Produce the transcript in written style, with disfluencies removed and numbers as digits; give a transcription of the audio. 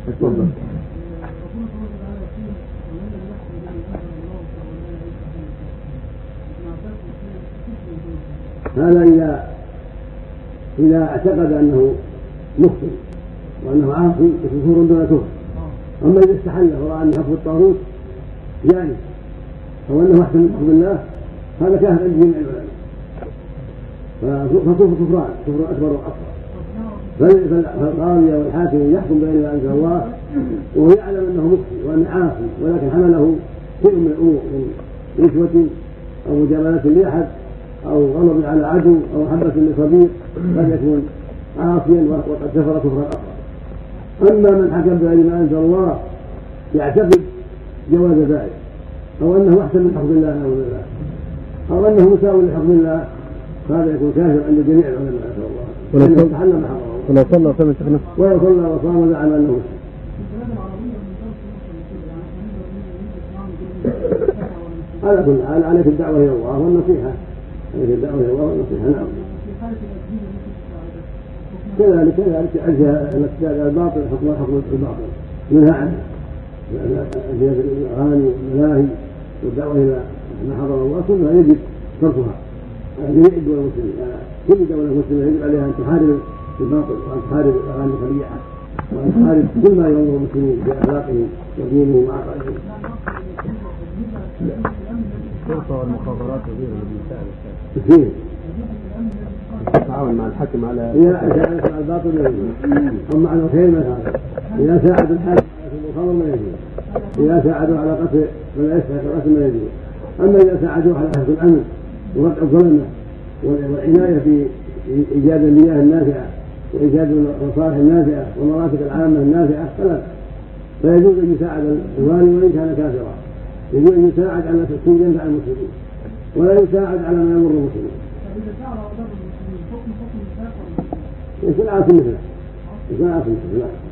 اتفضل. هذا إذا اعتقد أنه مخطئ وأنه عاصي كفر دون كفر. أما إذا استحل ورأى أن حكم الطاغوت يعني أو أنه أحسن من حكم الله هذا كافر عند جميع العلماء، فكفر كفران، كفر أكبر وأصغر. فالقاضي والحاكم يحكم بين ما أنزل الله وهو يعلم أنه مخطئ وأنه عاصي، ولكن حمله شيء من الأمور من رشوة أو مجاملة لأحد أو غضب على عدو أو محبة لصديق قد يكون عاصيا وقد كفر كفرا أكبر. أما من حكم بغير ما أنزل الله يعتقد جواز ذلك أو أنه أحسن من حكم الله أو الله أو أنه مساوي لحكم الله هذا يكون كافر عند جميع العلماء نسأل الله ولو تحلم حرمه ولو صلى وصام وزعم أنه على كل حال عليك الدعوة إلى الله والنصيحة، عليك الدعوة إلى الله والنصيحة. نعم. كذلك أجزاء الاقتداء الباطل حكم الباطل منها عنه الأغاني والملاهي والدعوة إلى ما حضر الله كلها يجب تركها على جميع الدول المسلمين. كل دولة مسلمة يجب عليها أن تحارب الباطل وأن تحارب الأغاني الخليعة وأن تحارب كل ما ينظر المسلمين بأخلاقهم ودينهم وعقائدهم. الشرطة والمخابرات وغيرها الذي يساعد كثير يتعاون مع الحاكم على إذا ساعد الباطل ما يجوز، أما على الخير ما يفعل. إذا ساعد الحاكم على المخابرة ما يجوز، إذا ساعدوا على قتل من لا يستحق القتل ما يجوز. أما إذا ساعدوا على حفظ الأمن ورفع الظلمة والعناية في إيجاد المياه النافعة وإيجاد المصالح النافعة والمرافق العامة النافعة فيجوز أن يساعد الوالي وإن كان كافرا، يجوز أن يساعد على تكون ينفع المسلمين ولا يساعد على ما يضر المسلمين. يكون عاصم مثله.